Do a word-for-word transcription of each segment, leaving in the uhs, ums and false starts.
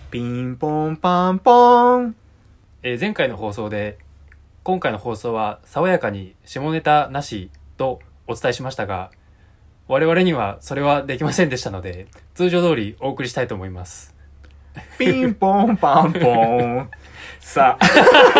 ピンポンパンポン、 えー前回の放送で今回の放送は爽やかに下ネタなしとお伝えしましたが、我々にはそれはできませんでしたので、通常通りお送りしたいと思います。 ピンポンパンポン。さあ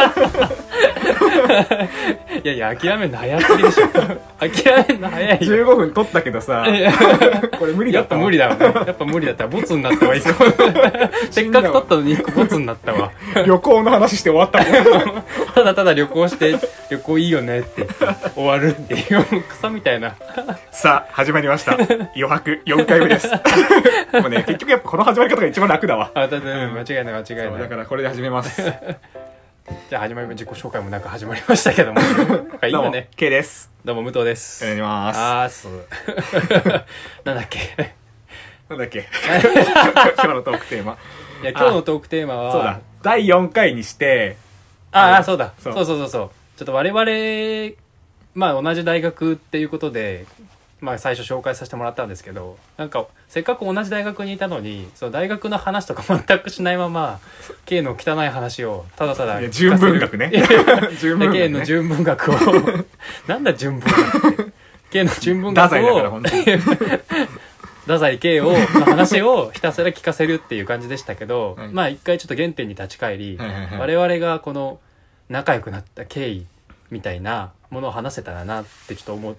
いやいや、諦めるの早すぎでしょ。諦めるの早いじゅよ。 うごふん撮ったけどさこれ無理だやったぱっわ。 無理だわね。やっぱ無理だったわ。ボツになったわ、一個。せっかく撮ったのに一個ボツになったわ。 旅行の話して終わったもんただただ旅行して旅行いいよねって言って終わるっていう草みたいな。 さあ始まりました余白よんかいめですもうね、結局やっぱこの始まり方が一番楽だわ。 あ、だって間違いない間違いない。 だからこれで始めますじゃあ始まりも自己紹介もなんか始まりましたけども、なんかいいどうもよね。 K です。 どうも武藤です。 お願いします。 あーすなんだっけなんだっけ今日のトークテーマ。 いや、今日のトークテーマはそうだ、だいよんかいにしてああ、そうだそそううそうそうそうちょっと我々まあ同じ大学っていうことで、まあ最初紹介させてもらったんですけど、なんかせっかく同じ大学にいたのに、その大学の話とか全くしないまま K の汚い話をただただいや純文学ねいや純文学ね K の純文学をなんだ純文学って K の純文学太宰だからを本当に太宰 K をの話をひたすら聞かせるっていう感じでしたけど、 はいまあ一回ちょっと原点に立ち返り、 はいはいはい、 我々がこの仲良くなった経緯みたいなものを話せたらなってちょっと思って、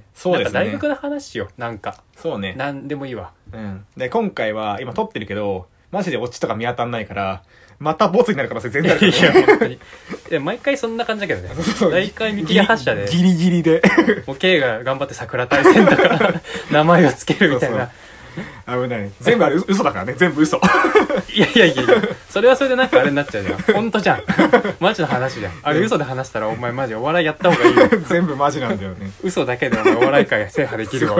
そうですね、 なんか大学の話しよう。なんかそうね、 なんでもいいわ。 うん、で今回は今撮ってるけどマジでオチとか見当たんないからまたボツになる可能性全然あるから、ね、 いや本当にいや毎回そんな感じだけどね。大体見切り発車でギリギリでもう K が頑張って桜大戦とか名前をつけるみたいな。 そうそう危ない全部あれ嘘だからね、全部嘘いやいやいやいや、それはそれでなんかあれになっちゃうじゃん。本当じゃん。マジの話じゃん。あれ嘘で話したらお前マジお笑いやった方がいいよ。 全部マジなんだよね。 嘘だけでお前お笑い界制覇できるわ。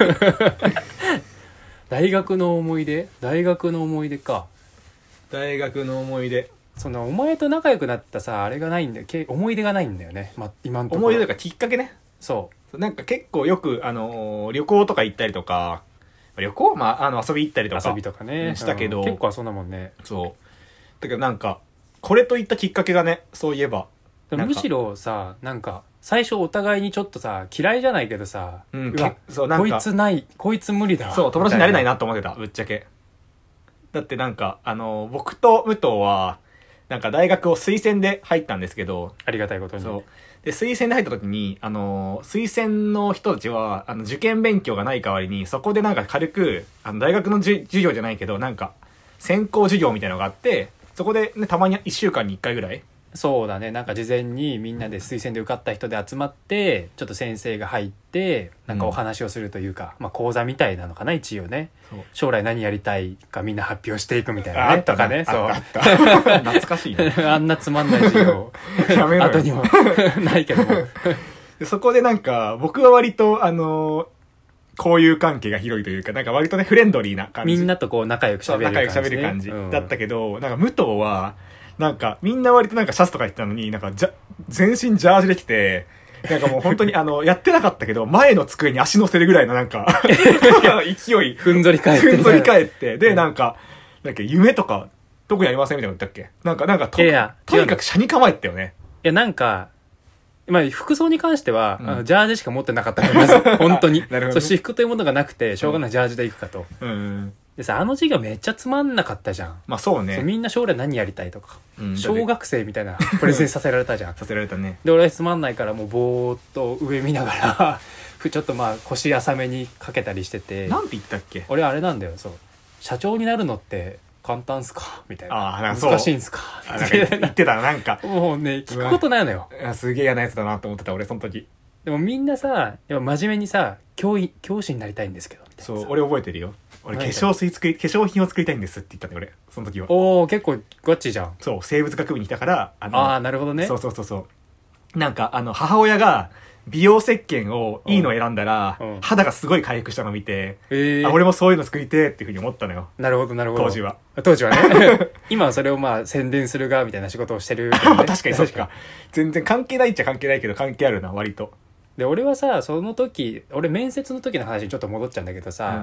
大学の思い出大学の思い出か。 大学の思い出、 そのお前と仲良くなったさ、あれがないんだよ。け思い出がないんだよね、ま、今のところ。 思い出というかきっかけね。 そうなんか結構よく、あのー旅行とか行ったりとか、旅行まあ、あの遊び行ったりとか遊びとかねしたけど、 うん結構遊んだもんね。 そうだけどなんかこれといったきっかけがね、そういえばでもむしろさ、なんか最初お互いにちょっとさ、嫌いじゃないけどさ、 うんうわけそうなんかこいつないこいつ無理だわ、 そう友達になれないな。 なと思ってた、ぶっちゃけ。だってなんかあのー僕と武藤はなんか大学を推薦で入ったんですけど、 ありがたいことに。 そうで推薦で入った時にあのー推薦の人たちはあの受験勉強がない代わりにそこでなんか軽くあの大学のじゅ授業じゃないけどなんか専攻授業みたいなのがあって、そこで、ね、たまにいっしゅうかんにいっかいぐらい。 そうだね、なんか事前にみんなで推薦で受かった人で集まってちょっと先生が入ってなんかお話をするというか、うん、まあ講座みたいなのかな一応ね。将来何やりたいかみんな発表していくみたいなね。 あったとかね。そうあったあった懐かしいねあんなつまんない授業やめろよ後にもないけどもでそこでなんか僕は割とあのー交友関係が広いというか、なんか割とねフレンドリーな感じ、 みんなとこう仲良くそう喋る感じ、ね、 仲良く喋る感じ、 うんだったけど、なんか武藤はなんかみんな割となんかシャツとか言ってたのになんかじゃ全身ジャージできて、なんかもう本当にあのやってなかったけど前の机に足乗せるぐらいのなんか勢いふんぞり返ってふんぞり返ってでなんかなんか夢とか特にありませんみたいなの言ったっけ、なんかなんかといやいやとにかく車に構えてたよね。 いやなんかまあ、服装に関しては、 うんあのジャージしか持ってなかったからまず本当になるほどねそう私服というものがなくてしょうがないジャージで行くかと、 うんでさあの授業めっちゃつまんなかったじゃん。 まあそうねそうみんな将来何やりたいとか、 うん小学生みたいなプレゼンさせられたじゃんさせられたね。 で俺はつまんないからもうぼーっと上見ながらふちょっとまあ腰浅めにかけたりしてて、 なんて言ったっけ。 俺あれなんだよ、そう社長になるのって簡単っすかみたいな、 あーなんかそう難しいんすかあなんか言って言ってたな、なんかもうね聞くことないのよ。 あすげえ嫌なやつだなと思ってた俺その時。 でもみんなさやっぱ真面目にさ教員教師になりたいんですけどみたいなさ。 そう俺覚えてるよ。俺化何粧水作り化粧品を作りたいんですって言ったね俺その時は。 おお結構ガチじゃん。 そう生物学部にいたからあのああなるほどね。 そうそうそうそうなんかあの母親が美容石鹸をいいの選んだら、 うんうん肌がすごい回復したのを見て、 えー、 あ俺もそういうの作りてーっていうふうに思ったのよなるほどなるほど。 当時は。 当時はね今はそれをまあ宣伝する側みたいな仕事をしてるけどね、 確かにそうか全然関係ないっちゃ関係ないけど関係あるな割と。 で俺はさその時俺面接の時の話にちょっと戻っちゃうんだけどさ、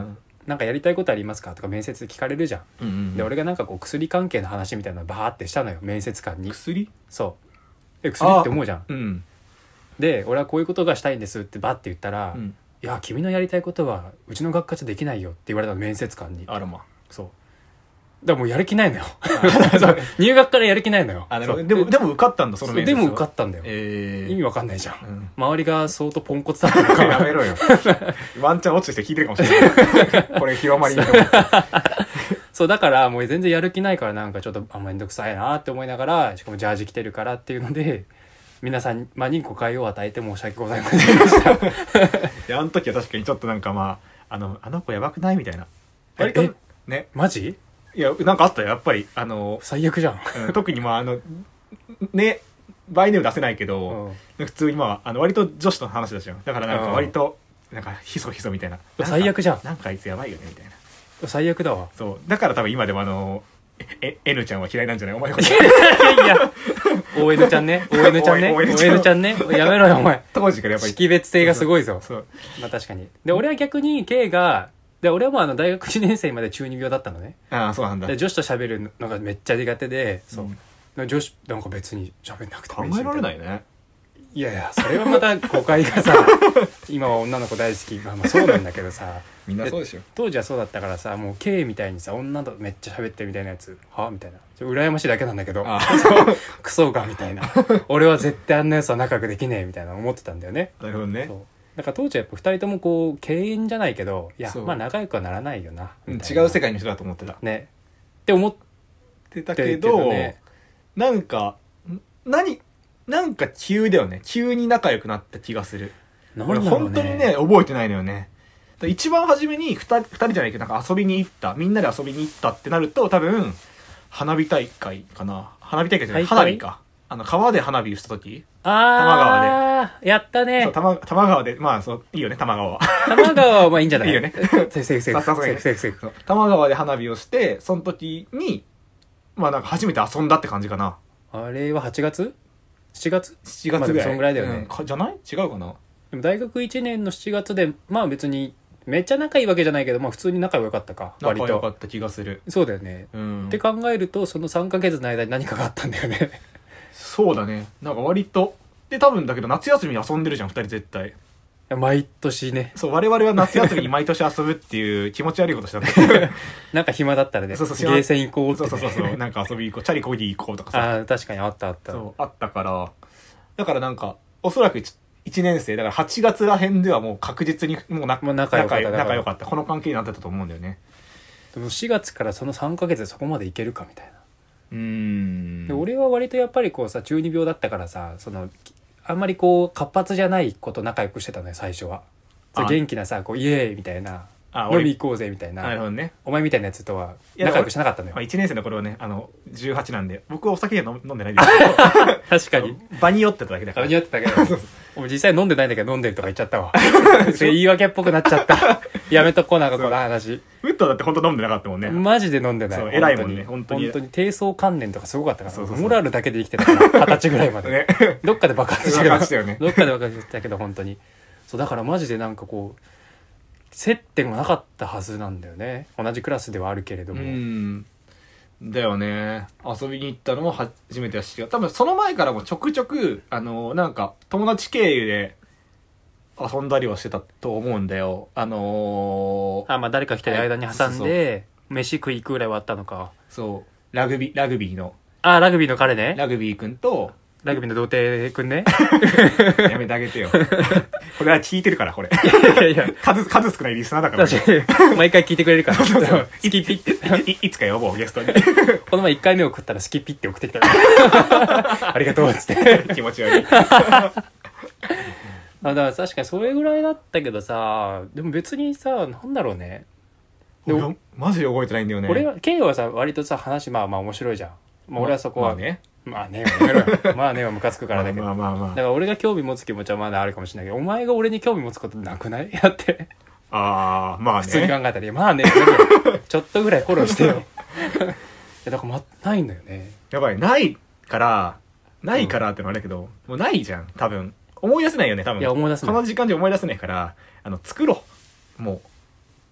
なんかやりたいことありますかとか面接で聞かれるじゃん、 うんうんうん、 で俺がなんかこう薬関係の話みたいなのバーってしたのよ面接官に。 薬そうえ薬って思うじゃん。 うんで俺はこういうことがしたいんですってバッて言ったら、 うん、 いや君のやりたいことはうちの学科じゃできないよって言われたの面接官に。 あらまそうだからもうやる気ないのよそう入学からやる気ないのよ。 あでもでもでも受かったんだその面接は。 でも受かったんだよ、 えー、 意味わかんないじゃん、 うん、 周りが相当ポンコツだったのかやめろよワンチャン落ちて聞いてるかもしれないこれ広まりにと思ってそうだからもう全然やる気ないからなんかちょっとあんまめんどくさいなって思いながら、しかもジャージ着てるからっていうので皆さんに誤解を与えて申し訳ございませんでしたいやあの時は確かにちょっとなんかまああのあの子やばくないみたいな割とねマジいやなんかあったよやっぱりあの、 最悪じゃん、 うん、特にまああのねバイネーム出せないけど、うん、普通にまああの割と女子の話だしよだからなんか割となんかひそひそみたいな最悪じゃんなんかあいつやばいよねみたいな最悪だわ。 そうだから多分今でもあのえ N ちゃんは嫌いなんじゃないお前のこといやいや オーエヌ ちゃんね オーエヌ ちゃんね オーエヌ ちゃんねやめろよお前当時からやっぱり識別性がすごいぞ。 そうそうまあ確かに。で俺は逆に K がで俺はもうあの大学いちねん生まで中二病だったのね。 ああそうなんだ。 で女子と喋るのがめっちゃ苦手で、そう、うん、女子なんか別に喋んなくてもいいし考えられないね。 いやいやそれはまた誤解がさ今は女の子大好き、まあ、まあそうなんだけどさみんなそうでしょ。 当時はそうだったからさもう K みたいにさ女とめっちゃ喋ってるみたいなやつはみたいなちょ羨ましいだけなんだけどクソがみたいな俺は絶対あんなやつは仲良くできねえみたいな思ってたんだよね。 なるほどね。 そうだから当時はやっぱふたりともこう敬遠じゃないけどいやまあ仲良くはならないよなみたいな、 違う世界の人だと思ってたねって思ってたけど、ね、なんか何なんか急だよね。急に仲良くなった気がする。俺本当にね覚えてないのよね。一番初めにふたりふたりじゃないけどなんか遊びに行ったみんなで遊びに行ったってなると多分花火大会かな。花火大会じゃない花火か。あの川で花火した時あー多摩川でやったね。 そう多摩多摩川でまあそういいよね多摩川は多摩川はまあいいんじゃないいいよねセーフセーフセーフさすがにセーフセーフ多摩川で花火をしてその時にまあなんか初めて遊んだって感じかな。 あれははちがつしちがつしちがつぐらい、 まあ、そんぐらいだよね、 うん、かじゃない違うかな。 でも大学いちねんのしちがつでまあ別にめっちゃ仲いいわけじゃないけどまあ普通に仲良かったか割と仲良かった気がする。 そうだよね、 うん、 って考えるとそのさんかげつの間に何かがあったんだよねそうだね。なんか割とで多分だけど夏休みに遊んでるじゃんふたり絶対。 毎年ね。 そう我々は夏休みに毎年遊ぶっていう気持ち悪いことしたんだけどなんか暇だったらねそうそうゲーセン行こうって、ね、 そうそうそうそうなんか遊び行こうチャリコギ行こうとかさあ確かにあったあったそうあったからだからなんかおそらくいちねん生だからはちがつらへんではもう確実にもうな、 まあ、仲良かった仲良かったこの関係になってたと思うんだよね。 でもしがつからそのさんかげつでそこまでいけるかみたいな。 うーんで俺は割とやっぱりこうさ中二病だったからさそのあんまりこう活発じゃない子と仲良くしてたのよ最初は。元気なさこうイエーイみたいな飲み行こうぜみたいななるほど、ね、 お前みたいなやつとは仲良くしなかったのよ。 まあ、いちねん生の頃はねあのじゅうはちなんで僕はお酒は飲んでないんです確かに場に酔ってただけだから場に酔ってたけど俺実際飲んでないんだけど飲んでるとか言っちゃったわそれ言い訳っぽくなっちゃったやめとこうなんかこの話ウッドだって本当飲んでなかったもんね。 マジで飲んでない。 そう偉いもんね本当に本当に低層観念とかすごかったからそうそうそうモラルだけで生きてたから二十歳ぐらいまで、 ね、 どっかで爆発したけど爆発したよ、ね、 どっかで爆発したけど本当にそうだからマジでなんかこう接点がなかったはずなんだよね。同じクラスではあるけれども。 うんだよね。遊びに行ったのも初めてだし多分その前からもちょくちょくあのなんか友達経由で遊んだりはしてたと思うんだよ。あのー、 あまあ誰か来てる間に挟んで飯食い行くぐらいはあったのか。 そうラグビーラグビーのあラグビーの彼ね。 ラグビー君とラグビーの童貞くんねやめてあげてよこれは聞いてるからこれいやいや数数少ないリスナーだから、 ね、毎回聞いてくれるからそうそうスキピってい, い, いつか呼ぼうゲストにこの前いっかいめを食ったらスキピって送ってきたありがとうっつって気持ち悪いあだから確かにそれぐらいだったけどさでも別にさなんだろうねでもマジで覚えてないんだよね。 俺はケイはさ割とさ話まあまあ面白いじゃん、まあ、俺はそこは、 まあねまあねやめろよまあねはムカつくからだけどまあまあまあまあだから俺が興味持つ気持ちはまだあるかもしれないけどお前が俺に興味持つことなくないやってああまあね普通に考えたらまあねやめろよちょっとぐらいフォローしてよいやだから、ま、ないんだよね。 やばいないからないからってのはあれだけど、うん、もうないじゃん多分思い出せないよね多分。 いや思い出せない。 この時間で思い出せないからあの作ろうも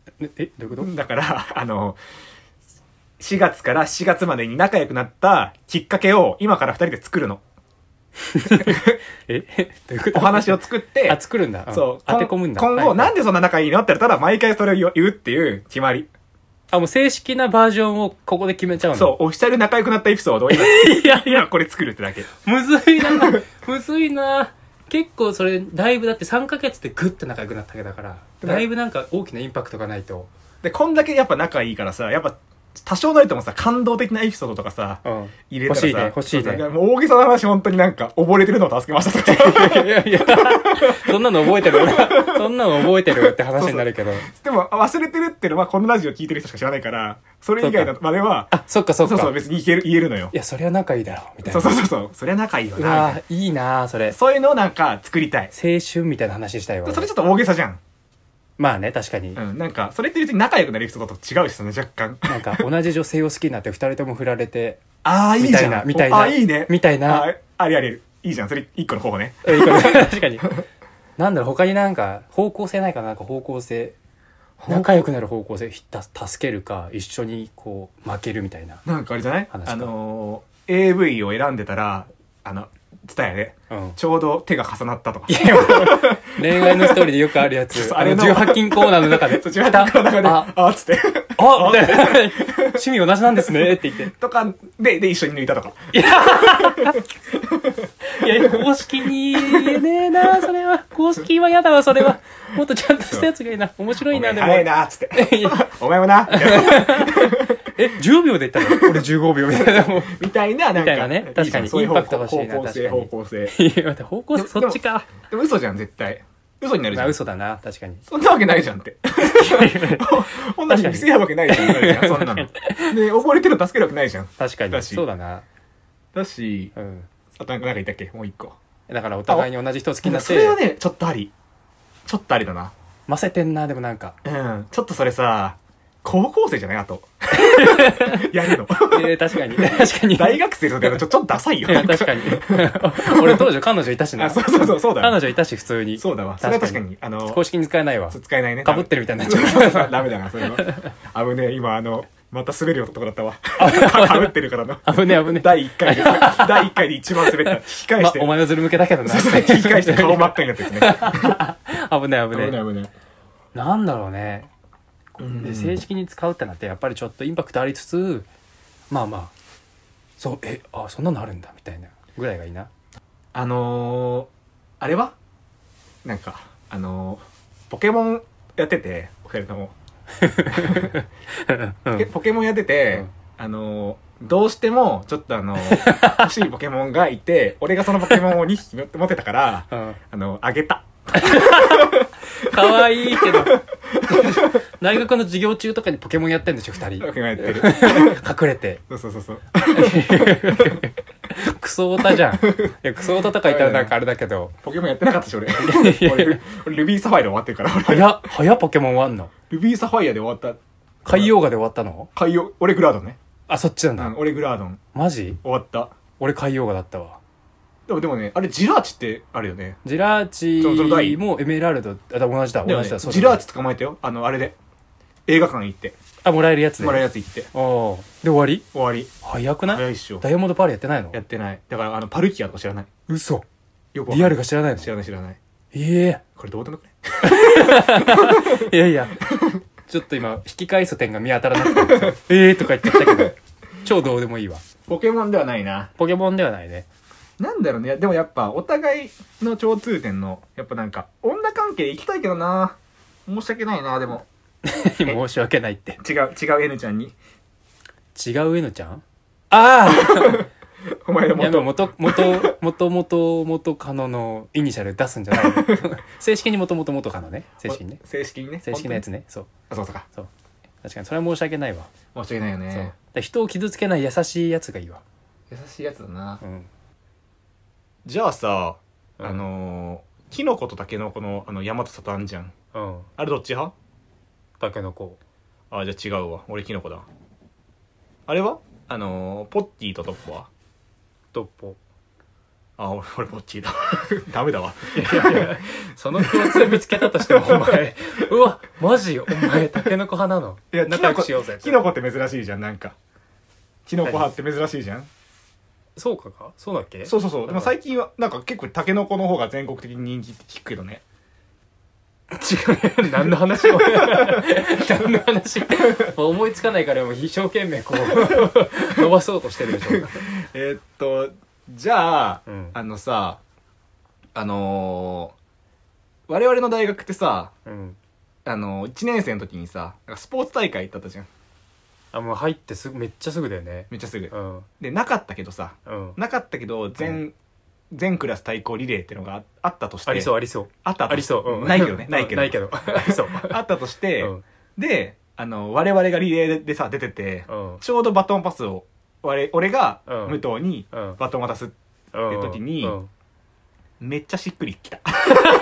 ええどういうこと？ だからあのしがつからしちがつまでに仲良くなったきっかけを今からふたりで作るの。 えどういうこと？ お話を作ってあ作るんだ、うん、 そう当て込むんだ。 今後、 はいはい、 なんでそんな仲いいのって言ったらただ毎回それを言うっていう決まり。 あもう正式なバージョンをここで決めちゃうの？ そうオフィシャル仲良くなったエピソードを今いやいや今これ作るってだけ。 むずいなむずいな。結構それだいぶだってさんかげつでグッと仲良くなったわけだからだいぶなんか大きなインパクトがないと。 でこんだけやっぱ仲いいからさやっぱ多少なりともさ感動的なエピソードとかさ、 うん、 入れたらさ欲しいね欲しいね。 もう大げさな話本当になんか溺れてるのを助けましたとかいやいやそんなの覚えてるそんなの覚えてるって話になるけど。 そうそうでも忘れてるっていうのはこのラジオ聞いてる人しか知らないからそれ以外のまではあそっかそっかそうそう別に言える言えるのよ。 いやそれは仲いいだろみたいな。 そうそうそうそうそれは仲いいようなわいいなそれ。 そういうのをなんか作りたい。 青春みたいな話したいわ。 それちょっと大げさじゃん。 まあね確かに、 うん、なんかそれって別に仲良くなるエピソードと違うしその若干なんか同じ女性を好きになってふたりとも振られてああいいじゃんみたいなみたいなあいいねみたいな。 あありありありいいじゃんそれ一個の方法ね。 えいいかな確かになんだろう他になんか方向性ないかな。なんか方向性仲良くなる方向性ひた助けるか一緒にこう負けるみたいな。 なんかあれじゃない話かあのー、エーブイ を選んでたらあのツタヤでうんちょうど手が重なったとか。 いやもう恋愛のストーリーでよくあるやつあのじゅうはち禁コーナーの中でそうじゅうはち禁の中でああっつってあみたいな趣味同じなんですねって言ってとかでで一緒に抜いたとか。 いや公式に言えねえなそれは。公式は嫌だわそれは。もっとちゃんとしたやつがいいな。面白いな。でも早いなっつってお前もなえじゅうびょうで言ったの俺じゅうごびょうみたいな。もうみたいななんかみたいなね確かにそういうインパクト欲しいな方向性確かに方向性いや待って方向性そっちか。 でも嘘じゃん絶対嘘になるじゃん。 まあ嘘だな確かに。 そんなわけないじゃんってこんなに見せやわけないじゃんなるじゃんそんなので溺れてるの助けるわけないじゃん。 確かにだしそうだな。 だしうんあとなんかなんか言ったっけもう一個。 だからお互いに同じ人を好きになっそれはてねちょっとありちょっとありだな。 ませてんな。でもなんかうんちょっとそれさ高校生じゃないあとやるのえー、確かに確かに大学生とかやるとちょちょっとダサいよ。 いや確かに俺当時彼女いたしな。 あそうそうそうそうだ彼女いたし普通にそうだわそれは確かにあの公式に使えないわ。 使えないねかぶってるみたいになっちゃうダメだなそれは危ねえ今あのまた滑るよとこだったわかぶってるからの危ねえ危ねえ。 だいいっかいでだいいっかいで一番滑った引き返して、 まお前はずる向けだけどな。 引き返して顔真っ赤になってですね危ねえ危ねえ。 危ない危ないなんだろうね。 うんで正式に使うってなってやっぱりちょっとインパクトありつつまあまあそうえあそんなのあるんだみたいなぐらいがいいな。 あのー、あれはなんかあのー、ポケモンやっててお二人ともうんポケポケモンやってて、 うんあのーどうしてもちょっとあの欲しいポケモンがいて俺がそのポケモンをにひき持ってたからうんあのあげた。 かわいいけど大学の授業中とかにポケモンやってんでしょ二人ポケモンやってる隠れてそうそうそうそうクソオタじゃん。いやクソオタとかいたらなんかあれだけどポケモンやってなかったし俺いや俺ル俺ルビーサファイアで終わってるから俺早っ早っポケモンはあんの。 ルビーサファイアで終わった海洋画で終わったの。 海洋俺グラードンね、 あそっちなんだ、 うん、俺グラードンマジ終わった。 俺海洋画だったわ。 でもでもねあれジラーチってあるよね。 ジラーそのその第チもエメラルドあ同じだでもね同じだそうだジラーチ捕まえたよあのあれで映画館行ってあもらえるやつでもらえるやつ行っておーで終わり終わり早くない早いっしょ。 ダイヤモンドパールやってないの。 やってないだからあのパルキアとか知らない。 嘘よくわかんないリアルが知らないの。 知らない知らない。 えこれどうでもよくねえいやいやちょっと今引き返す点が見当たらなくてええとか言っちゃったけど超どうでもいいわ。 ポケモンではないな。 ポケモンではないね。 なんだろうね。でもやっぱお互いの共通点のやっぱなんか女関係行きたいけどな。申し訳ないな。でも申し訳ないって違う違う N ちゃんに違う N ちゃんああお前のいや元元元元元元カノのイニシャル出すんじゃないの正式に元々元カノね正式にね正式にね正式なやつねそうあそうそうかそう確かにそれは申し訳ないわ。 申し訳ないよそうだかね。 ら人を傷つけない優しいやつがいいわ。 優しいやつだな。 うんじゃあさうんあのー、キノコとタケノコのあの山と里あんじゃん。 うんあれどっち派？ タケノコあじゃあ違うわ俺キノコだ。あれはあのー、ポッティとトッポはトッポあ俺俺ポッティだダメだわ。 いやいやいやその共通見つけたとしてもお前うわマジお前タケノコ派なの？ いやキ仲ノコ良くしようぜ。 キノコって珍しいじゃん。なんかキノコ派って珍しいじゃん。 そうかかそうだっけ？ そうそうそう。でも最近はなんか結構タケノコの方が全国的に人気って聞くけどね。 違う何の話を何の話思いつかないからもう一生懸命こう伸ばそうとしてるでしょ。 えーっとじゃあ、 うん、 あのさあのー、我々の大学ってさ、 うん、 あのー、いちねん生の時にさなんかスポーツ大会行ったったじゃん。 あもう入ってすぐめっちゃすぐだよね。 めっちゃすぐ、 うん、 でなかったけどさ、 うん、 なかったけど全、うん全クラス対抗リレーっていうのが あ, あったとしてありそうありそうあったとありそう、うん、 ないけどねないけどないけどありそうあったとして、 うん、 であの我々がリレーでさ出てて、うん、ちょうどバトンパスを我俺が武藤にバトン渡すっていう時に、うんうん、めっちゃしっくりきた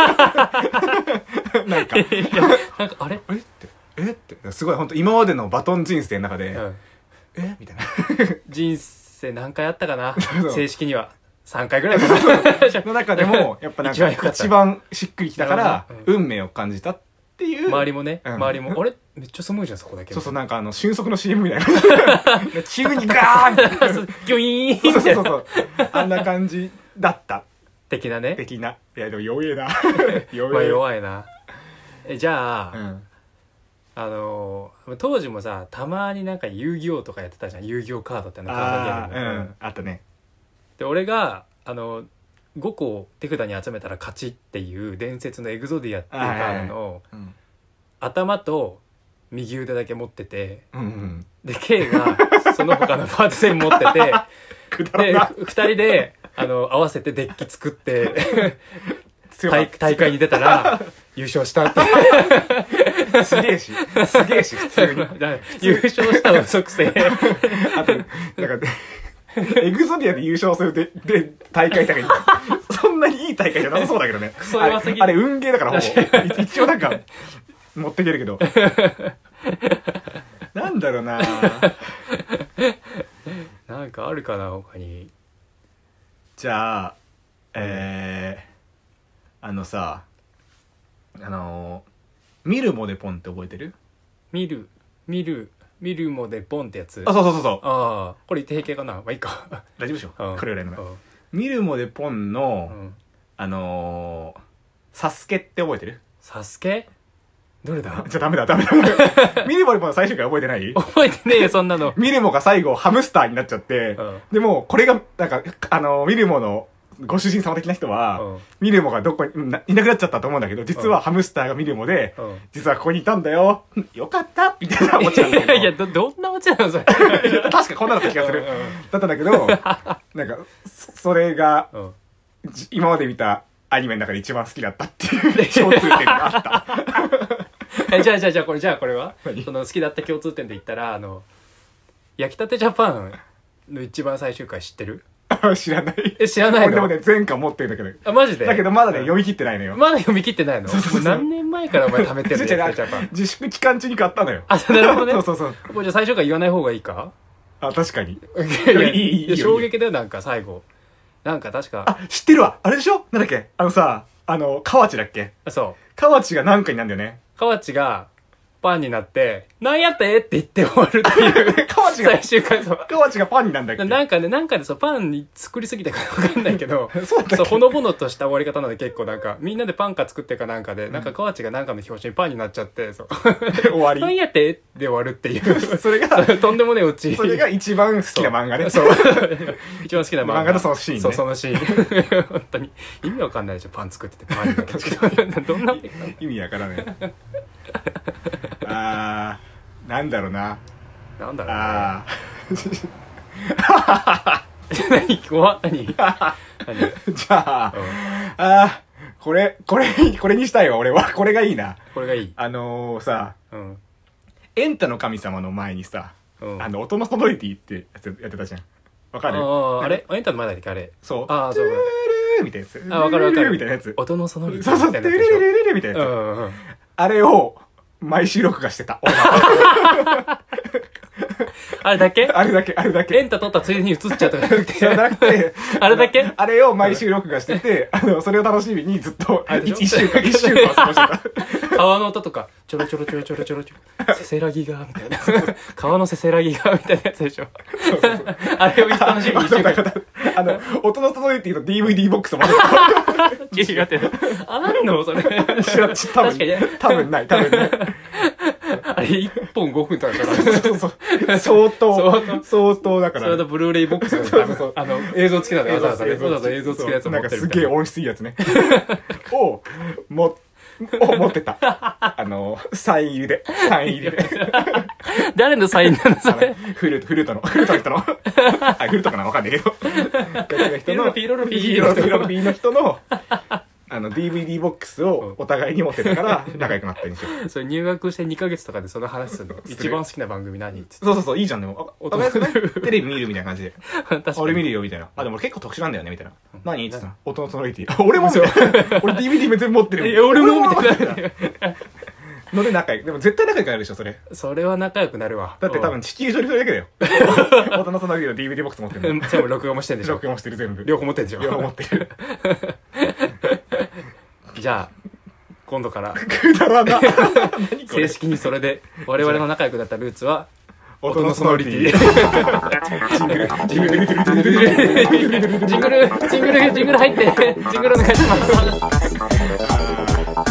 なんかなんかあれえってえってすごい本当今までのバトン人生の中で、うん、えみたいな人生何回あったかな正式にはさんかいぐらいかなの中でもやっぱなんか一番しっくりきたから、うん、運命を感じたっていう周りもね、うん、周りもあれめっちゃスムーズじゃんそこだけそうそうなんかあの瞬足の シーエム みたいな急にガーンってギョイーンそうそうそうそうあんな感じだった的なね的ないやでも弱えな弱まあ弱いなえじゃあ、うん、あのー、当時もさたまになんか遊戯王とかやってたじゃん。遊戯王カードってのカードゲームの、 うん、あったね。 で俺があのごこを手札に集めたら勝ちっていう伝説のエグゾディアっていうカードの頭と右腕だけ持ってて、うんうん、で K がその他のパーツ全部持っててでふたりであの合わせてデッキ作って大, 大会に出たら優勝したってすげえしすげえし普通に優勝したの即性あとなんかエグゾディアで優勝するでで大会だけどそんなにいい大会じゃなさそうだけどね。 クソ弱すぎあれ、あれ運ゲーだからほぼ一応なんか持っていけるけどなんだろうななんかあるかな他に。 じゃあえー、あのさあのミルモでポンって覚えてる？ ミルミルミルモでポンってやつ。 あそうそうそうそう。 ああこれ定型かな。まあいいか大丈夫でしょ、 うん、 これぐらいの前、 うん、 ミルモでポンの、うん、あのー、サスケって覚えてる？ サスケどれだ？ じゃダメだダメだミルモでポンの最終回覚えてない？ 覚えてねえよそんなのミルモが最後ハムスターになっちゃって、うん、でもこれがなんかあのー、ミルモのご主人様的な人は、うん、ミルモがどこにいなくなっちゃったと思うんだけど、実はハムスターがミルモで、うん、実はここにいたんだよよかったみたいなオチなんだけどいやいや ど, どんなオチなのそれ確かこんなの気がする、うんうん、だったんだけどなんかそれが、うん、今まで見たアニメの中で一番好きだったっていう共通点があったえじゃあじゃあじゃあこれじゃあこれはその好きだった共通点で言ったらあの焼きたてジャパンの一番最終回知ってる？ 知らない。 え、知らないの？ 俺でもね、前回持ってるんだけど。 あ、マジで？ だけどまだね、読み切ってないのよ。 まだ読み切ってないの？ そうそうそう。 何年前からお前貯めてるの？ 自粛期間中に買ったのよ。 あ、なるほどね。 そうそうそう。 もうじゃあ最初から言わない方がいいか？ あ、確かに。いやいい、いい。衝撃だよ、なんか最後。なんか確か。 あ、知ってるわ。あれでしょ？なんだっけ？あのさ、あの、河内だっけ？ そう。 河内が何かになるんだよね。 河内が、パンになって、なんやってって言って終わるっていう。 河内が、 最終回そう。 河内がパンになんだっけ？ なんかね、なんかでそう、パンに作りすぎたからわかんないけど、そうだっけ？そう、ほのぼのとした終わり方なので結構なんか、みんなでパンか作ってかなんかで、なんか河内がなんかの表紙にパンになっちゃって、そう。 終わり。 なんやってで終わるっていう。 それが、 とんでもねえオチ。 それが一番好きな漫画ね。 そう。一番好きな漫画。 漫画のそのシーンね。 そう、そのシーン。本当に。意味わかんないでしょ、パン作っててパンになってどんな意味わからない。あー、なんだろうな。 なんだろうね。 あー。何怖っ何何じゃあ、うん、あー、これ、これ、これにしたいわ、俺は。これがいいな。 これがいい。 あのー、さ、 うん、 エンタの神様の前にさ、うん、あの、音のソノリティってやつやってたじゃん。わかる？ ああれエンタの前だっけあれ。 そう。 ああ、そう。 ルールーみたいなやつ。 あ、わかるわかる。 みたいなやつ。 音のソノリティ。 そうそう、ルルルルルみたいなやつ。 うんうん、 あれを、毎週録画してた。 あれだけあれだけ、あれだけ。 エンタ撮ったついでに映っちゃうとかじゃなくて。 じゃなくて、 あれだけあれを毎週録画してて、あの、それを楽しみにずっと、一週間、一週間過ごしてた。 川の音とか、 ちょろちょろちょろちょろちょろちょろせせらぎがみたいな川のせせらぎがみたいなやつでしょそうそうそうあれを楽しみにしてるあの音の届いている ディーブイディー ボックスもある違うってあなんのそれ知らん多分確かに多分ない多分ないあれいっぽんごふんとかからそうそう相当相当相当だからそれとブルーレイボックスそうそうそうあの映像付きなんだわざわざね映像わざわざ映像付きのやつを持なんかすってるみたいなげえ音質いいやつねをもを持ってたあのサイン入りでサイン入りで誰のサインなのそれフルートフルートのフルートの人のあフルートかなわかんないけど楽の人のピロロピピロロピロロピの人のあの ディーブイディー ボックスをお互いに持ってたから仲良くなったんでしょそれ入学してにかげつとかでその話するの一番好きな番組何ってそうそうそういいじゃんでもお互いねテレビ見るみたいな感じで確かに俺見るよみたいなあでも俺結構特殊なんだよねみたいな何って言ってた音のソノリティ俺もみたいな俺 ディーブイディー 全部持ってるいや俺もみたいなので仲良くでも絶対仲良くなるでしょそれそれは仲良くなるわだって多分地球上にそれだけだよ音のソノリティの ディーブイディー ボックス持ってるの全部録画もしてんでしょ録画もしてる全部両方持ってんでしょ両方持ってるじゃあ今度からくだらな何これ正式にそれで我々の仲良くなったルーツは音のソノリティジングルジングルジングルジングルジングルジングルジングル入ってジングルお願いします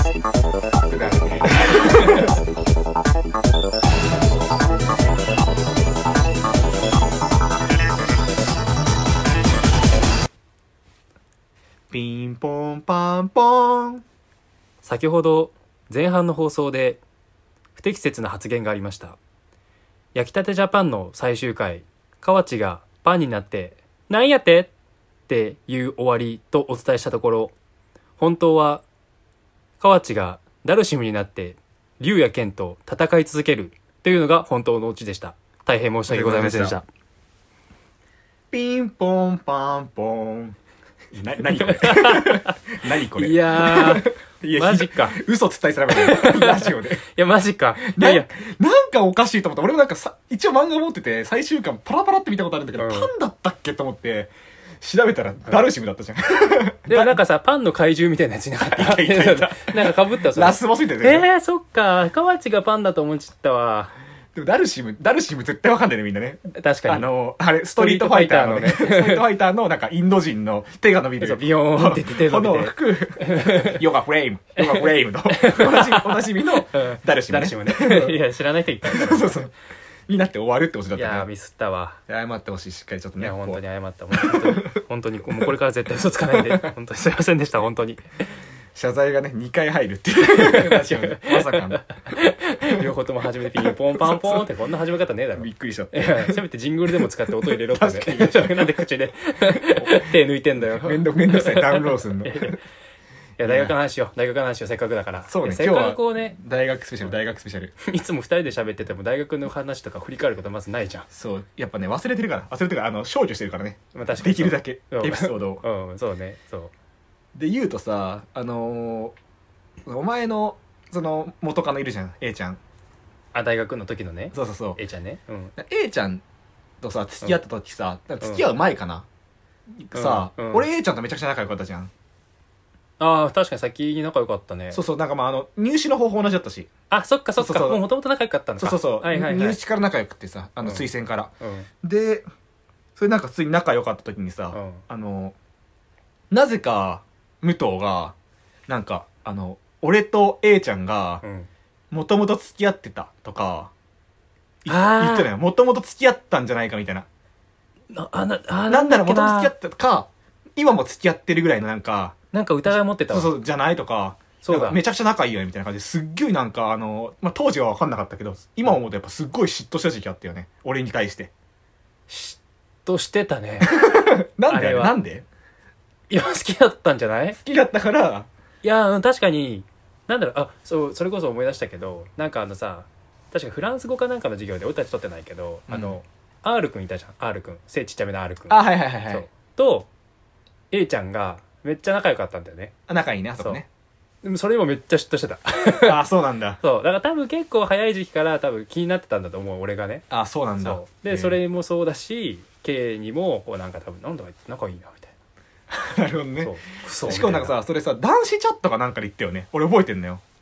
ピンポンパンポン先ほど前半の放送で不適切な発言がありました。焼きたてジャパンの最終回、河内がパンになってなんやってっていう終わりとお伝えしたところ、本当は河内がダルシムになって竜や剣と戦い続けるというのが本当のオチでした。大変申し訳ございませんでした。 ピンポンパンポンな何これ何これいやーいやマジか。 嘘つったりすればいいラジオでいやマジか。いなやいやなんかおかしいと思った俺もなんかさ一応漫画持ってて最終巻パラパラって見たことあるんだけど、 うんパンだったっけと思って調べたらダルシムだったじゃん、 でもなんかさパンの怪獣みたいなやついなかった。 いたいたいたなんか被ったそれラスボスみたいなやつでしょえー、そっか河内がパンだと思っちゃったわ。 でもダルシムダルシム絶対わかんないねみんなね確かにあのあれストリートファイターのねストリートファイターのなんかインド人の手が伸びるそうビヨーンって手伸びて炎を吹くヨガフレームヨガフレームのおなじおなじみのダルシムね誰しもねいや知らない人いっぱいいるからそうそうになって終わるってことだったねいやーミスったわ。 謝ってほしいしっかりちょっとねいや本当にこ謝った。本当に本当にもうこれから絶対嘘つかないんで本当にすいませんでした本当に。 う謝罪がねにかい入るっていうラジオでまさかの両方とも初めてピンポンパンポンってこんな始め方ねえだろ。 びっくりしちゃっていやせめてジングルでも使って音入れろってね。なんで口で手抜いてんだよ。 めんどめんどくさいダウンロードするのいや大学の話しよう大学の話しようせっかくだから。 そうねいやせっかくこうね大学スペシャル大学スペシャルいつも二人で喋ってても大学の話とか振り返ることまずないじゃん。 そうやっぱね忘れてるから忘れてるからあの消去してるからねまあ確かにできるだけうんエピソードをうんそうねそう。 で言うとさあのーお前のその元カノいるじゃん A ちゃんあ大学の時のねそうそうそう A ちゃんね。うん A ちゃんとさ付き合った時さ、付き合う前かな、さ、 うんうん俺 A ちゃんとめちゃくちゃ仲良かったじゃん、 ああ確かに先に仲良かったね。 そうそうなんかまああの入試の方法同じだったしあそっかそっかそうそうそうもうもともと仲良かったんだそうそうそう、 はいはいはい入試から仲良くてさあのうん推薦から、 うんでそれなんか普通に仲良かった時にさ、 うんあのなぜか武藤がなんかあの俺と A ちゃんがうんもともと付き合ってたとかいあー言ってたよもともと付き合ったんじゃないかみたいななあなあなんならもともと付き合っってたか今も付き合ってるぐらいのなんかなんか疑い持ってたわ。 そうそうじゃないとかそうだなんかめちゃくちゃ仲いいよねみたいな感じですっごいなんかあの、まあ、当時は分かんなかったけど今思うとやっぱすっごい嫉妬した時期あったよね俺に対して嫉妬してたね。 なんであれはなんでいや好きだったんじゃない？ 好きだったからいやうん確かになんだろうあそうそれこそ思い出したけどなんかあのさ確かフランス語かなんかの授業で俺たち取ってないけど、 うんあの R 君いたじゃん R 君背ちっちゃめの R 君。 あはいはいはいはそういと A ちゃんがめっちゃ仲良かったんだよね。 あ仲いいねあそこねでもそれにもめっちゃ嫉妬してた。 あそうなんだそうだから多分結構早い時期から多分気になってたんだと思う俺がね。 あそうなんだそうで、 えーそれもそうだし K にもこうなんか多分なんだか仲いいなみたいなるほどねな。そうクソしかもなんかさそれさ男子チャットかなんかで言ったよね俺覚えてんのよ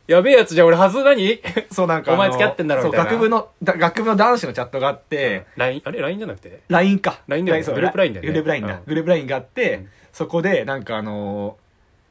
やべえやつじゃん俺はず何そうなんかお前付き合ってんだろみたいなそう学部のだ学部の男子のチャットがあって、 ライン あれ ライン じゃなくてライン かライン だよねそうグループラインだよねグループラインだ、 うんグループラインがあって、 うん、 そこでなんかあのー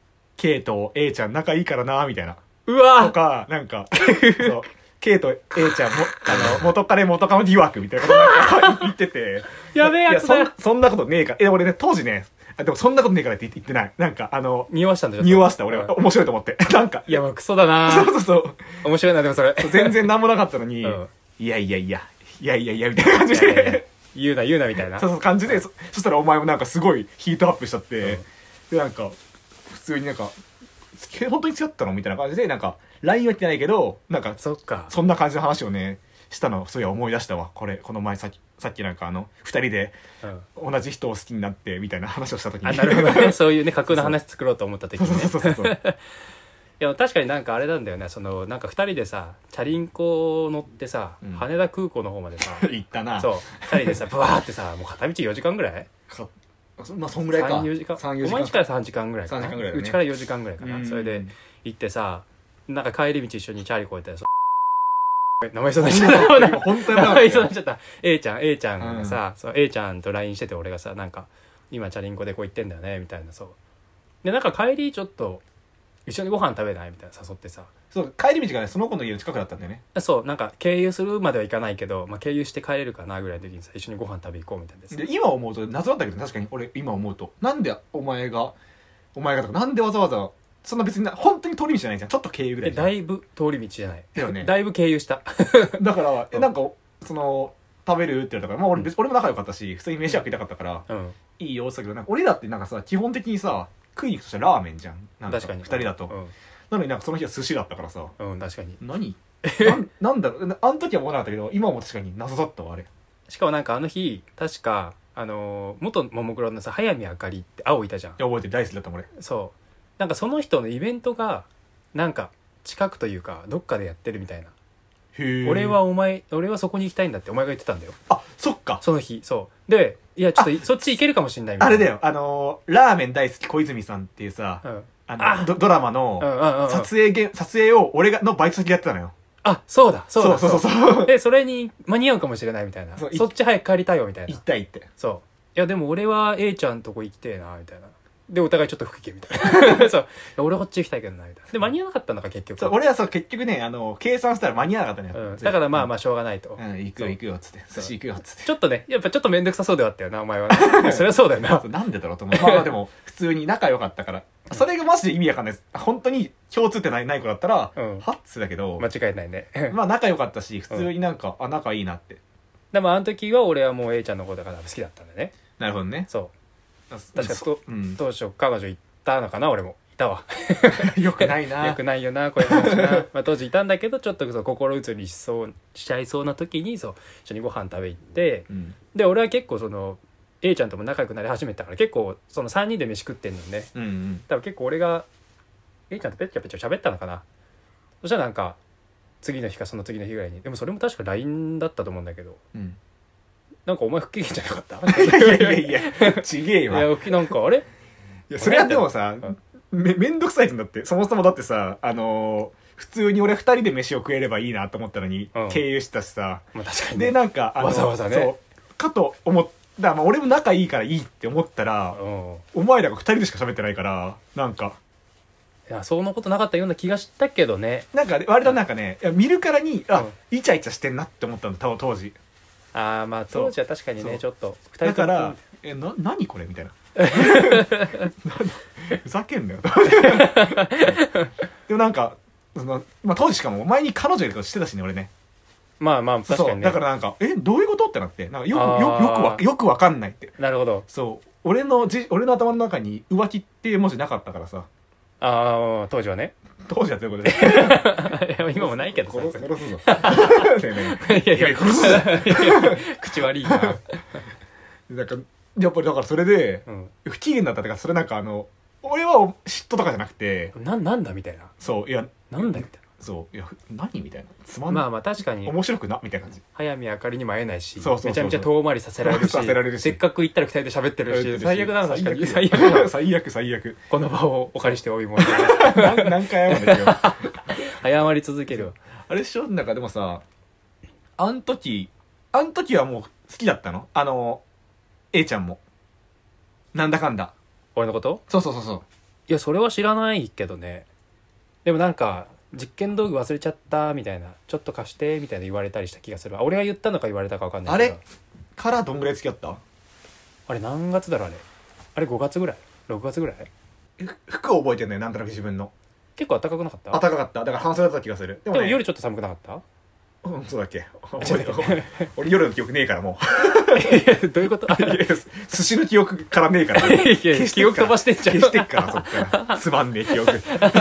K と A ちゃん仲いいからなみたいなうわとかなんかそう K と A ちゃんもあの元彼元カノ疑惑みたいなことなんか言っててやべえやつだいやそんそんなことねえからえ俺ね当時ねあでもそんなことねえからって言ってないなんかあの匂わしたんだよ匂わした俺は、 うん面白いと思ってなんかいやまあクソだなそうそうそう面白いなでもそれ全然何もなかったのに、 うんいやいやいやいやいやいやみたいな感じいやいやいやで言うな言うなみたいなそうそう感じでそそしたらお前もなんかすごいヒートアップしちゃって、 うんでなんか普通になんかつ本当に付き合ったのみたいな感じでなんか ライン は言ってないけどなんかそっかそんな感じの話をねしたのそういや思い出したわこれこの前さっきさっきなんかあのふたりでうん同じ人を好きになってみたいな話をした時にあなるほどねそういうね架空の話作ろうと思った時そうにねそうそうそうそういや確かになんかあれなんだよねそのなんかふたりでさチャリンコ乗ってさ、 うん羽田空港の方までさ言ったなそうふたりでさブワーってさもう片道よじかんぐらいかまあそんぐらいかさん、よじかんさんよじかんお前んちからさんじかんぐらいかなさんじかんぐらいだねうちからよじかんぐらいかうなんそれで行ってさなんか帰り道一緒にチャリこうやってさ名前そうなっちゃった本当に名前そうやなっちゃった A ちゃん A ちゃんがさ、そう A ちゃんと ライン してて俺がさなんか今チャリンコでこう行ってんだよねみたいなそうでなんか帰りちょっと一緒にご飯食べないみたいな誘ってさそう帰り道がねその子の家の近くだったんだよねそうなんか経由するまではいかないけど、まあ、経由して帰れるかなぐらいの時にさ一緒にご飯食べ行こうみたいなですで今思うと謎だったけど確かに俺今思うとなんでお前がお前がとかなんでわざわざそんな別にな本当に通り道じゃないじゃんちょっと経由ぐらいじゃんだいぶ通り道じゃないだよねだいぶ経由しただからえうんなんかその食べるって言われたから、まあ、俺別俺も仲良かったし普通に飯は食いたかったから、 うんいいよって言ったけどなんか俺だってなんかさ基本的にさ食いに行くとしたらラーメンじゃんなんか確かにふたりだと、なのになんかその日は寿司だったからさうん、うん、確かに何なんなんだろうなあの時は思わなかったけど今も確かに謎だったわあれしかもなんかあの日確かあのー元ももクロのさ早見あかりって青いたじゃんいや覚えてる大好きだったもん俺そうなんかその人のイベントがなんか近くというかどっかでやってるみたいなへえ俺はお前俺はそこに行きたいんだってお前が言ってたんだよあそっかその日そうでいやちょっとそっち行けるかもしんないみたいなあれだよあのー、ラーメン大好き小泉さんっていうさ、 うんあのあドドラマのうんうんうんうん撮影現撮影を俺がのバイト先でやってたのよあそうだそうだそうそうそうそうでそれに間に合うかもしれないみたいなそそうっち早く帰りたいよみたいな行った行ってそういやでも俺は A ちゃんとこ行きてえなみたいなでお互いちょっと不機嫌みたいなそういや俺こっち行きたいけどなみたいなで間に合わなかったのか結局そう俺はそう結局ねあの計算したら間に合わなかったのよ、 うん、だからまあまあしょうがないと、 うん行くよ行くよっつってそう寿司行くよっつってちょっとねやっぱちょっと面倒くさそうではあったよなお前は、ね、そりゃそうだよなそうなんでだろうと思うまあまあでも普通に仲良かったからそれがマジで意味わかんないです本当に共通点ないない子だったら、 うんはっつだけど間違いないねまあ仲良かったし普通になんか、あ仲いいなってでもあの時は俺はもう A ちゃんのことだから好きだったんだよねなるほどねそう確かそと、 うん、 当初彼女いたのかな俺もいたわよくないなよくないよなこういう話な、まあ、当時いたんだけどちょっとそう心移りしそうしちゃいそうな時にそう一緒にご飯食べ行ってうんで俺は結構その A ちゃんとも仲良くなり始めたから結構そのさんにんで飯食ってんのねうんうん多分結構俺が A ちゃんとペッチャペチャ喋ったのかなそしたらなんか次の日かその次の日ぐらいにでもそれも確か ライン だったと思うんだけどうんなんかお前不機嫌じゃなかったいやいやいやちげえいわいやなんかあれやそれはでもさうんめめんどくさいんだってそもそもだってさあのー普通に俺二人で飯を食えればいいなと思ったのに、 うん経由したしさまあ確かにねでなんかあのわざわざねそうかと思ったまあ俺も仲いいからいいって思ったらうんお前らが二人でしか喋ってないからなんかいやそんなことなかったような気がしたけどねなんか割となんかねいや見るからにあ、 うんイチャイチャしてんなって思ったの当当時ああまあ当時は確かにそうねちょっとふたりともだからえな何これみたいなふざけんなよでもなんかその、まあ、当時しかもお前に彼女いることしてたしね俺ねまあまあ確かにねそうだからなんかえどういうことってなってなんかよくあーよよくわよくわかんないってなるほどそう俺のじ俺の頭の中に浮気っていう文字なかったからさああ当時はね当時はということでいや今もないけどさ殺す殺すぞねえねいやいやえ殺すぞ口悪いなだからやっぱりだからそれでうん不機嫌だったってかそれなんかあの俺は嫉妬とかじゃなくてななんだみたいなそういやなんだみたいそういや何みたいなつまなんまあないまあ確かに面白くなみたいな感じ早見あかりにも会えないしそうそうそうそうめちゃめちゃ遠回りさせられるしさせられるしせっかく行ったらふたりで喋ってるし最悪だな確かに最最悪だ悪最悪最悪この場をお借りしておい申し訳ない何何回謝るんだよ謝り続けるわ。 あれでしょ、なんかでもさ、あん時あん時はもう好きだったの、あの A ちゃんもなんだかんだ。 俺のこと？ そうそうそうそう。 いやそれは知らないけどね。でもなんか実験道具忘れちゃったみたいな、ちょっと貸してみたいな言われたりした気がする。俺が言ったのか言われたか分かんないけど。 あれからどんぐらい付き合った？ あれ何月だろう、あれあれごがつぐらいろくがつぐらい。 ふ服を覚えてんのよ、なんとなく自分の。 結構暖かくなかった？ 暖かかった。だから半袖だった気がする。でも、ね、 でも夜ちょっと寒くなかった？ うん、そうだっけ。俺夜の記憶ねえからもうどういうこと？ いや寿司の記憶からねえから、ね、 いやいや記憶飛ばしてんじゃん。 消してっからそっからつまんねえ記憶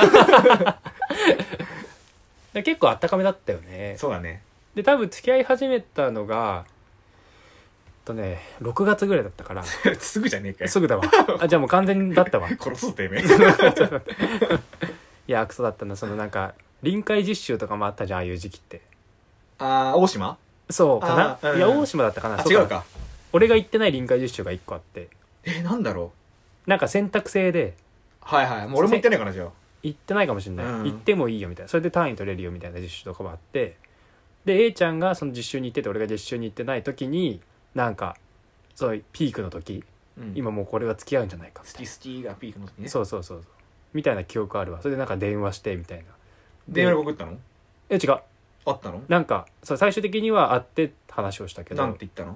結構あったかめだったよね。 そうだね。 で多分付き合い始めたのがとねろくがつぐらいだったからすぐじゃねえかよ。 すぐだわ。あじゃあもう完全だったわ。 殺すってめえ。 いやクソだったな。そのなんか臨海実習とかもあったじゃん、ああいう時期って。 あー大島。 そうかな、 うん、 いや大島だったかな。 あ違うか。 俺が行ってない臨海実習がいっこあって、 えなんだろうなんか選択制で、 はいはい、もう俺も行ってないからじゃあ行ってないかもしれない、 うん、 行ってもいいよみたいな、それで単位取れるよみたいな実習とかもあって、で A ちゃんがその実習に行ってて俺が実習に行ってない時になんかそういうピークの時、うん、今もうこれは付き合うんじゃないか好き好きがピークの時ね。 そうそうそうそうみたいな記憶あるわ。それでなんか電話してみたいな。 電話で告ったの？ え違う、 あったの？なんかそう最終的には会って話をしたけど。 なんて言ったの？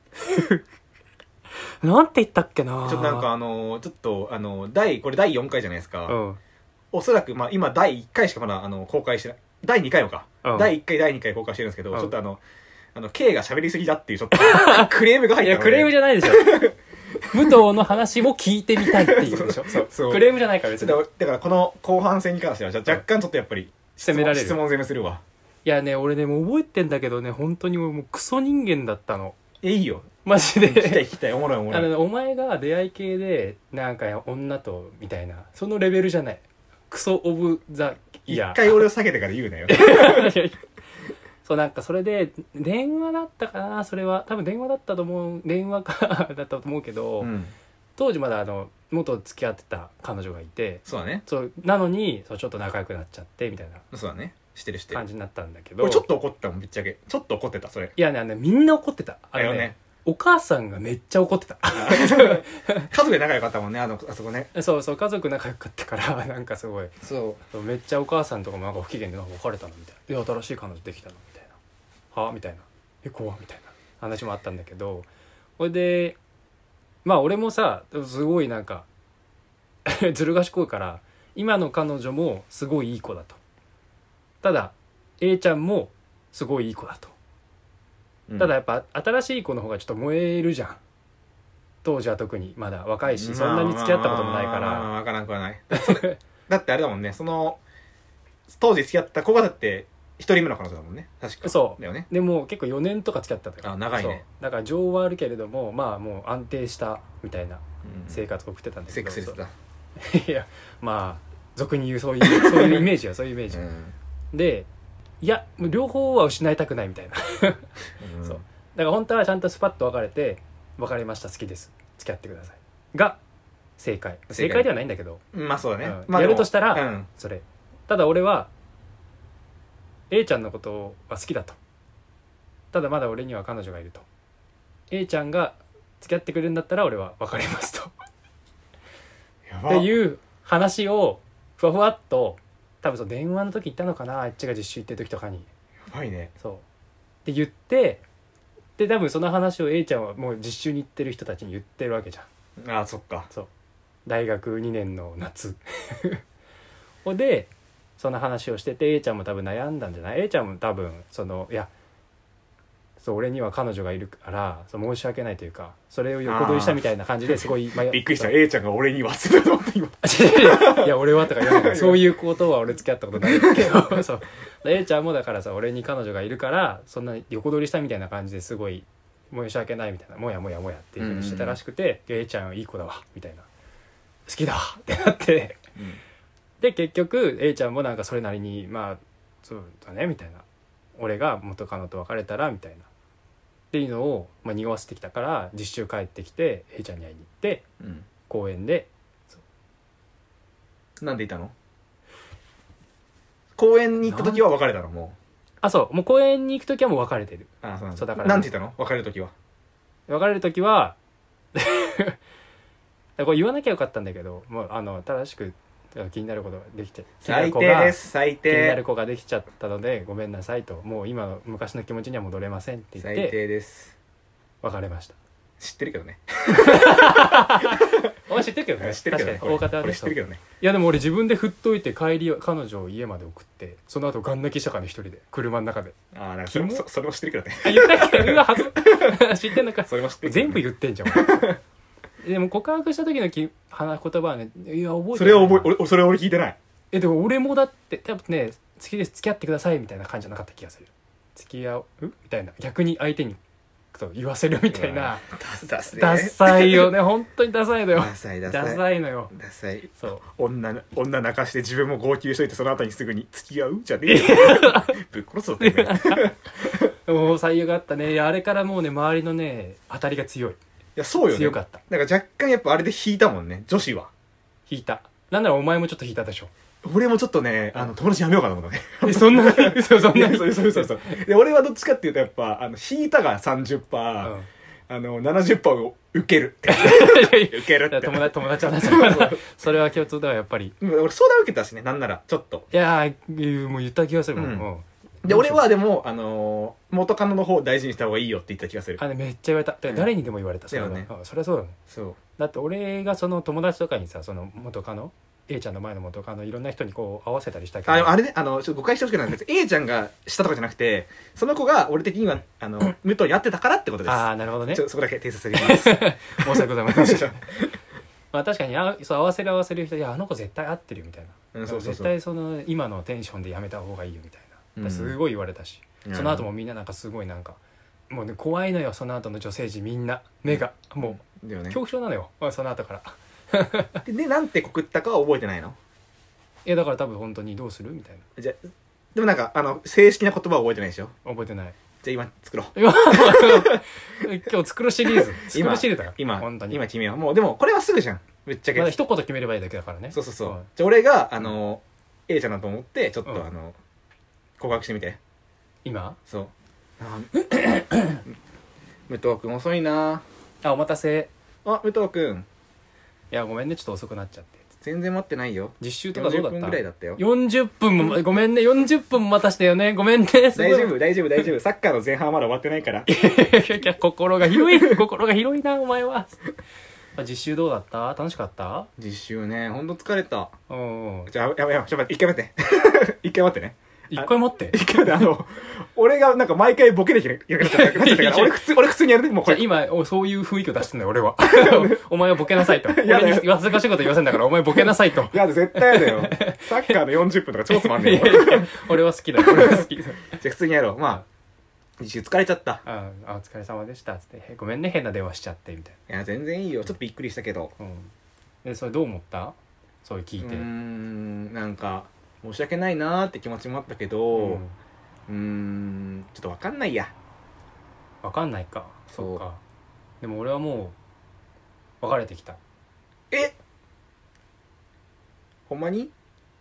なんて言ったっけな。 ちょっとなんかあのー、ちょっとあのー、第これだいよんかいじゃないですか、 うん、 おそらくまあ今だいいっかいしかまだあの公開してない、だいにかいもか、うん、だいいっかいだいにかい公開してるんですけど、うん、ちょっとあのあの K が喋りすぎだっていうちょっとクレームが入ったので。いやクレームじゃないでしょ武藤の話も聞いてみたいっていうでしょそうそうクレームじゃないから別に。 だからこの後半戦に関してはじゃ若干ちょっとやっぱり責められる、 質問攻めするわ。 いやね俺ねもう覚えてんだけどね、本当にもうクソ人間だったの。 えいいよマジで。 聞きたい聞きたい、おもろいおもろい。 あのお前が出会い系でなんか女とみたいなそのレベルじゃない。クソオブザイヤー。 一回俺を下げてから言うなよそうなんかそれで電話だったかな、それは多分電話だったと思う、電話かだったと思うけど、うん、当時まだあの元付き合ってた彼女がいて、 そうだね、 そうなのにそうちょっと仲良くなっちゃってみたいな、 そうだね、してるしてる感じになったんだけど、 俺ちょっと怒ったもん、ぶっちゃけちょっと怒ってた。それいやね、あのねみんな怒ってたあれ ね, ねお母さんがめっちゃ怒ってた家族で仲良かったもんね、あのあそこね。 そうそう家族仲良かったからなんかすごいそうめっちゃお母さんとかもなんか不機嫌でなんか別れたのみたいな、いや新しい彼女できたのみたいな、はみたいな、え怖みたいな話もあったんだけど、それでまあ俺もさすごいなんかずる賢いから今の彼女もすごいいい子だと、ただ A ちゃんもすごいいい子だと、うん、ただやっぱ新しい子の方がちょっと燃えるじゃん当時は。特にまだ若いしそんなに付き合ったこともないから分からんくはないだってあれだもんね、その当時付き合った子がだって一人目の彼女だもんね確か。 そうだよね。 でも結構よねんとか付き合ったんだよ。 あ長いね。 だから情はあるけれどもまあもう安定したみたいな生活を送ってたんだけど、 うん、セックスレスだいやまあ俗に言うそういうそういうイメージよそういうイメージ、うん、でいや両方は失いたくないみたいなうん、そうだから本当はちゃんとスパッと別れて別れました好きです付き合ってくださいが正解正解ではないんだけど、 まあそうだね、 うんまあ、 やるとしたら、 うん、 それただ俺は A ちゃんのことは好きだと、ただまだ俺には彼女がいると、 A ちゃんが付き合ってくれるんだったら俺は別れますとっていう話をふわふわっと多分そう電話の時言ったのかな、あっちが実習行ってる時とかに。 やばいね。 そうって言って、で多分その話を A ちゃんはもう実習に行ってる人たちに言ってるわけじゃん。 ああそっか。 そう大学にねんの夏でその話をしてて A ちゃんも多分悩んだんじゃない。 A ちゃんも多分そのいやそう俺には彼女がいるからそう申し訳ないというかそれを横取りしたみたいな感じですごい、まあ、 びっくりした。 A ちゃんが俺にはするのって今いや俺はとか言わないからそういうことは俺付き合ったことないけどそう A ちゃんもだからさ俺に彼女がいるからそんな横取りしたみたいな感じですごい申し訳ないみたいなもやもやもやっていうふうにしてたらしくて、うんうん、A ちゃんいい子だわみたいな好きだってなって、うん、で結局 A ちゃんもなんかそれなりにまあそうだねみたいな、俺が元カノと別れたらみたいなっていうのを、まあ、匂わせてきたから実習帰ってきて A ちゃんに会いに行って、うん、公園でなんでいたの？ 公園に行った時は別れたのもあそうもう公園に行く時はもう別れてる。 うあそうなんだ。 そうだからなんて言ったの別れる時は。 別れる時はこれ言わなきゃよかったんだけど、もうあの正しく気になることができて最低です最気になる低子ができちゃったのでごめんなさいと、もう今の昔の気持ちには戻れませんって言っ最て低です。 別れました。 知ってるけどねお前知ってるけどね知ってるけどね確かに大方はね俺知ってるけどね。 いやでも俺自分で振っといて帰り彼女を家まで送って、その後ガン泣きしたからね一人で車の中で。 ああなんかそれもキモそそれも知ってるけどねあ言ったっけうわはず知ってんのかそれも知ってるけどね全部言ってんじゃんでも告白した時のき話言葉はね、いや覚えてない。 それは覚え俺それは俺聞いてない。 えでも俺もだって多分ね好きです付き合ってくださいみたいな感じじゃなかった気がする。付き合うみたいな逆に相手にそう言わせるみたいな。 ダサいダサいよね本当にダサいのよ。 ダサいダサいダサいのよ。 ダサい。 そう女女泣かして自分も号泣しといてその後にすぐに付き合うじゃねえよぶっ殺すぞってもう最悪だったね。いやあれからもうね周りのね当たりが強い。 いやそうよね。 強かった。 なんか若干やっぱあれで引いたもんね女子は。 引いた。なんならお前もちょっと引いたでしょ。 俺もちょっとねあの友達やめようかなと思ったね。 えそんな嘘そんないやそうそうそうそうで俺はどっちかっていうとやっぱあの引いたが さんじゅっパーセント、 うんあの ななじゅっパーセント を受けるって受けるって友達友達はねそれは共通だわやっぱり。 俺相談受けたしねなんならちょっと。 いやーもう言った気がするもん、 うんうんで俺はでもあのー元カノの方を大事にした方がいいよって言った気がする。 あれめっちゃ言われた。だから誰にでも言われた、それはだよねうんそれはそうだもん。 そうだって俺がその友達とかにさその元カノ A ちゃんの前の元カノいろんな人にこう合わせたりしたけど、 ああれねあのちょっと誤解してほしくないんですけど A ちゃんがしたとかじゃなくてその子が俺的にはあの武藤に会ってたからってことです。 ああなるほどねちょそこだけ訂正するます申し訳ございませんまあ確かにあそう合わせる合わせる人いやあの子絶対合ってるよみたいな、 うんそうそうそう絶対その今のテンションでやめた方がいいよみたいな、 うんすごい言われたし、 うんその後もみんななんかすごいなんかもうね怖いのよその後の女性陣みんな目が、もうだよね恐怖症なのよその後からででなんて告ったかは覚えてないの。 いやだから多分本当にどうするみたいな。 じゃあでもなんかあの正式な言葉は覚えてないでしょ。 覚えてないじゃあ今作ろう。 今今日作るシリーズ作るシリーズだよ今本当に今決めよう。もうでもこれはすぐじゃんぶっちゃけ、 まだ一言決めればいいだけだからね。 そうそうそう、 んじゃあ俺があの A ちゃんだと思ってちょっと、 うんあの告白してみて。 今そうあ武藤君遅いなあお待たせ。 あ武藤君いやごめんねちょっと遅くなっちゃって。 全然待ってないよ。 実習とかどうだよんじゅっぷんったぐらいだったよ。 よんじゅっぷんもごめんねよんじゅっぷんも待たしたよねごめんねすごい大丈夫大丈夫大丈夫サッカーの前半はまだ終わってないからいやいや心が広い心が広いなお前はあ実習どうだった楽しかった。 実習ねほんと疲れた。 うんうんじゃあやめやめちょっと待って一回待って一回待ってね一回待って一回待ってあの俺がなんか毎回ボケできなくなっちゃったから俺普通俺普通にやるねもうこれじゃあ今おそういう雰囲気を出してんだよ俺はお前はボケなさいとやだ俺に恥ずかしいこと言わせんだからお前ボケなさいといや絶対やだよサッカーのよんじゅっぷんとか超つまんねえよいやいや俺は好きだよ俺は好きだじゃあ普通にやろう。まあ実習疲れちゃった。 ああお疲れ様でしたっつってへごめんね変な電話しちゃってみたいいや全然いいよちょっとびっくりしたけどな。うんでそれどう思ったそういう聞いうてーんなんか申し訳ないなーって気持ちもあったけどうんうーんちょっとわかんないや。 分かんないかそうそうかでも俺はもう別れてきた。 えほんまに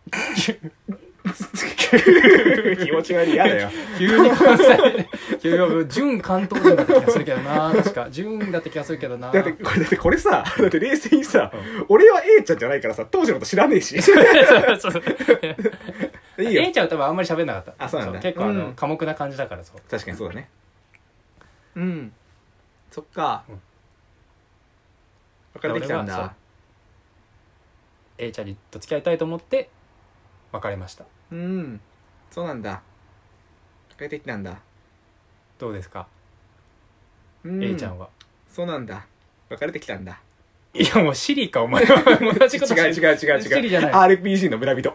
気持ち悪い嫌だよ急に関西急に準関東人だった気がするけどな確か準だった気がするけどなだってこれだってこれさだって冷静にさ、 うん俺は A ちゃんじゃないからさ当時のこと知らねえしそうそういいよ A ちゃんは多分あんまり喋んなかった。 あそうなんだ結構あの、 うん寡黙な感じだからそう確かにそうだねうんそっか、 うん別れてきたん俺はそうだ。 A ちゃんにと付き合いたいと思って別れました。 うんそうなんだ別れてきたんだ。 どうですか、 うん A ちゃんは。 そうなんだ別れてきたんだ。 いやもうシリかお前は同じこと違う違う違う違うシリじゃないアールピージー の村人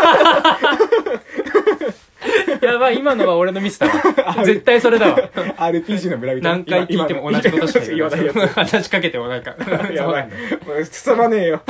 やばい今のは俺のミスだわ絶対それだわアールピージー の村人何回聞いても同じことしか言わないやつ話しかけてもなんかやばいもう進まねえよ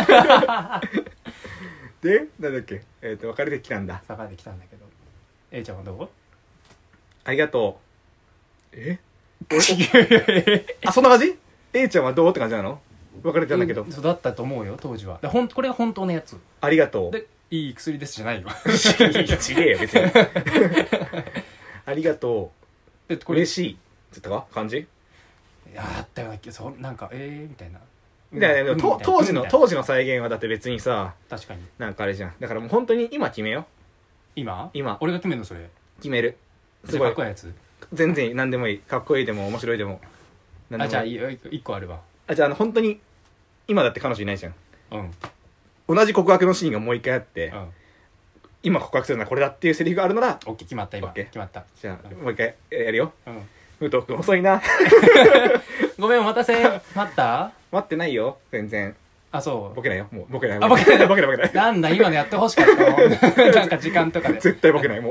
でなんだっけえっ、と別れてきたんだ。 別れてきたんだけど A ちゃんはどうありがとう。えいあそんな感じ A ちゃんはどうって感じなの。別れてたんだけどそうだったと思うよ当時は。でほんこれが本当のやつありがとう。 でいい薬ですじゃないよちげえよ別にありがとうでこれ嬉しいって言ったか感じ。 いやあったような気がそなんかえーみたいな、 いやいやでもと当時の当時の再現はだって別にさ確かになんかあれじゃん。だからもう本当に今決めよ今今俺が決めるのそれう。決める。すじゃあごいかっこいいやつ。 全然何でもいい。かっこいいでも面白いでも何でもいい。 あじゃあいいよ一個あるわ。 あじゃああの本当に今だって彼女いないじゃん。 うん同じ告白のシーンがもう一回あって、 うん今告白するのはこれだっていうセリフがあるなら、 オッケー決まった今オッケー決まった。 じゃあ、 うんもう一回やるよ。 うん武藤君遅いなごめんお待たせ待った待ってないよ全然。 あそうボケないよもうボケないあボケないボケないボケないなんだ今のやってほしかったのなんか時間とかで絶対ボケないもう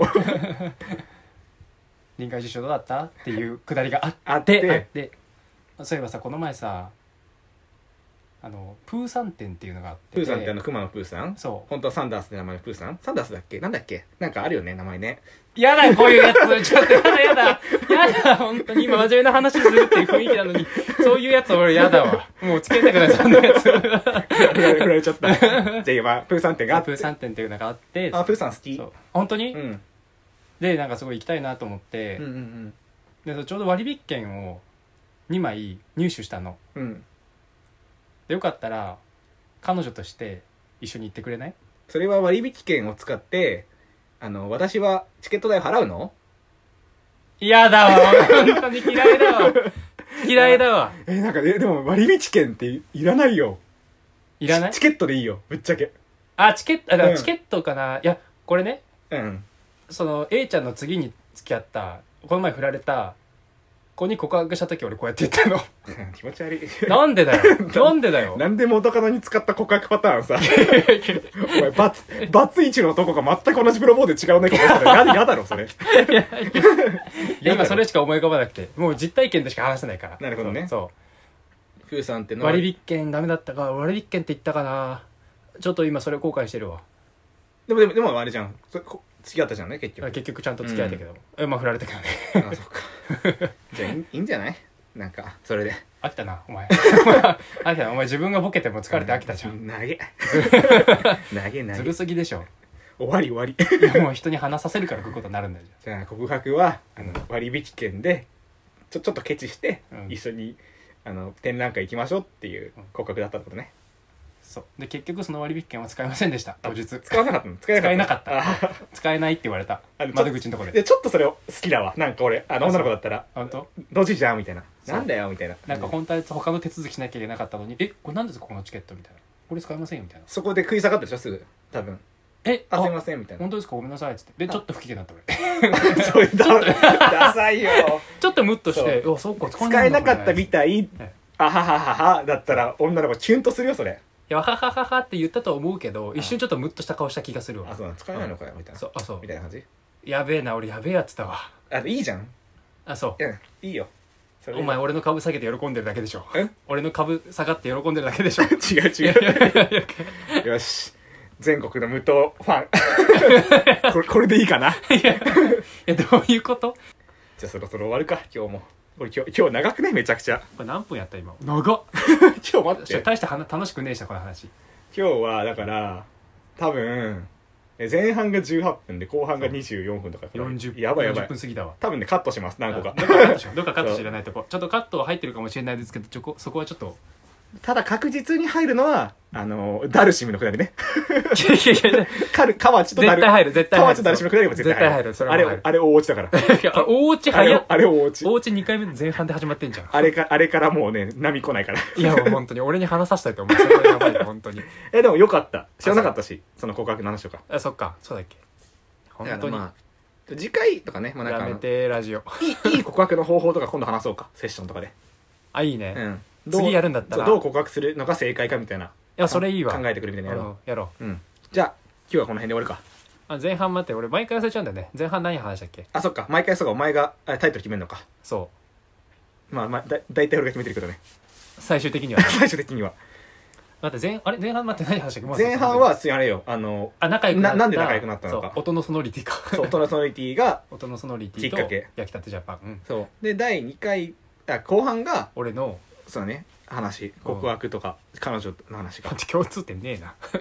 臨海実習どうだったっていうくだりがあってあってあってそういえばさこの前さあのプーさん店っていうのがあってプーさんってあの熊野プーさん。 そう本当はサンダースって名前のプーさん。サンダースだっけなんだっけなんかあるよね名前ね。 やだこういうやつちょっとやだやだやだ本当に今真面目な話するっていう雰囲気なのにそういうやつ俺やだわもうつけたくないそんなやつ振られちゃったじゃあ今プーさん店があってプーさん店っていうのがあってあプーさん好き。 そう本当に、 うんでなんかすごい行きたいなと思って、 うんうんでちょうど割引券をにまい入手したのうんうんでよかったら彼女として一緒に行ってくれない？ それは割引券を使ってあの私はチケット代を払うの？ 嫌だわ本当に嫌いだわ嫌いだわえなんかえでも割引券っていいらないよ。 いらないチケットでいいよぶっちゃけ。 あチケットあだかうんらチケットかな、いやこれねうんその A ちゃんの次に付き合ったこの前振られた子に告白した時俺こうやって言ったの気持ち悪いなんでだよなんでだよなんで元カノに使った告白パターンさお前バツバツイチの男が全く同じプロポーズで違うねこの人ややだろそれ。 いやいや今それしか思い浮かばなくてもう実体験でしか話せないから。 なるほどねそうプーさんってそうのは割引券ダメだったか割引券って言ったかなちょっと今それ後悔してるわ。 でもでもでもあれじゃんそこ付き合ったじゃんね結局。 結局ちゃんと付き合えたけど、えまあ振られたけどねあそっかじゃあいいいいんじゃないなんかそれで飽きたなお前飽きたなお前自分がボケても疲れて飽きたじゃん、 投げ投げ投げずるすぎでしょ。 終わり終わりいやもう人に話させるからこういうことになるんだよ。 じゃあ告白はあの割引券でちょちょっとケチして、 うん一緒にあの展覧会行きましょうっていう告白だったってことね。 そうで結局その割引券は使いませんでした当日。 使わなかったの使え使えななかっかったた使えないって言われたあのちょ窓口のところで。 でちょっとそれを好きだわなんか俺あのあ女の子だったら本当ドジじゃんみたいなそうなんだよみたいななんか本当は他の手続きしなきゃいけなかったのにえこれ何ですかこのチケットみたいなこれ使いませんよみたいなそこで食い下がったでしょすぐ多分えあすいませんみたいな本当ですかごめんなさいっつってでちょっと不機嫌になった俺それだダサいよちょっとムッとしてうわそうか使えなかったみたいいたいあははははだったら女の子キュンとするよそれ。 やわははははって言ったと思うけど一瞬ちょっとムッとした顔した気がするわ。 あそうなの使えないのかよみたいなそうあそうみたいな感じ。 やべえな俺やべえやつだわ。 あいいじゃんあそういやいいよそれお前俺の株下げて喜んでるだけでしょえ俺の株下がって喜んでるだけでしょ違う違うよし全国の無糖ファンこれこれでいいかな。 えどういうこと？ じゃあそろそろ終わるか今日も。俺今日今日長くねめちゃくちゃ。 これ何分やった今長っ今日待って大してはな楽しくねえしなこの話。 今日はだから多分え前半がじゅうはっぷんで後半がにじゅうよんぷんとかよんじゅうやばいやばいよんじゅっぷん過ぎだわ。 多分ねカットします何個かどっかカットしようどっかカットしいらないとこちょっとカットは入ってるかもしれないですけどちょこそこはちょっとただ確実に入るのはあのダルシムのくだりねいやいやいやカル河内とダル絶対入る絶対入る河内とダルシムのくだりも絶対入る絶対入るそれはあ入るれあれ大落ちだからいや大落ちあれ早っあれ大落ち大落ちにかいめの前半で始まってんじゃん。 あれかあれからもうね波来ないからいやもう本当に俺に話させたいと思うそれはやばいよ本当に。 えでもよかった知らなかったしその告白の話とかあそっかそうだっけ本当に、 まあ次回とかね、まあ、なんかやめあのてラジオいいいい告白の方法とか今度話そうかセッションとかで、 あいいね、いうん、どう次やるんだったらそうどう告白するのが正解かみたいなやそれいいわ考えてくるみたいなやろうんやろうう、うん、じゃあ今日はこの辺で終わるか。 あ前半待って俺毎回忘れちゃうんだよね前半何話したっけ。 あそっか毎回そうかお前があタイトル決めるのか。 そまあまあだ大体俺が決めてるけどねう最終的にはね最終的には待って前あれ前半待って何話したっけもう忘れた前半はあれよあのあ仲良くなったななんで仲良くなったのかそう音のソノリティかそうトラソノリティが音のソノリティときっかけ焼きたてジャパン、うん、 そうでだいにかいあ後半が俺のそうだね話告白とか彼女の話が待って共通点ねえな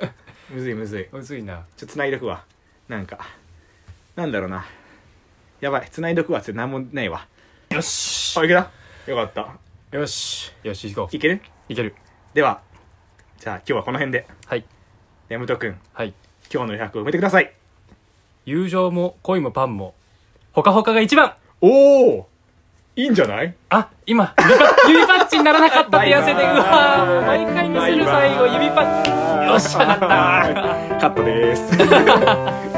むずいむずい。 むずいな。 ちょっと繋いどくわ。なんかなんだろうな。やばい、繋いどくわってなんもないわ。 よしあ、いけた。よかった。 よしよし行こう。 いける。 いける。 ではじゃあ今日はこの辺で。 はいヤムトくん、 はい。 今日の余白を埋めてください。 友情も恋もパンもほかほかが一番。 おお、いいんじゃない。 あ、今指パ指パッチにならなかったって痩せて、うわー毎回にする最後指パッチ。よっしゃなったー。 カットです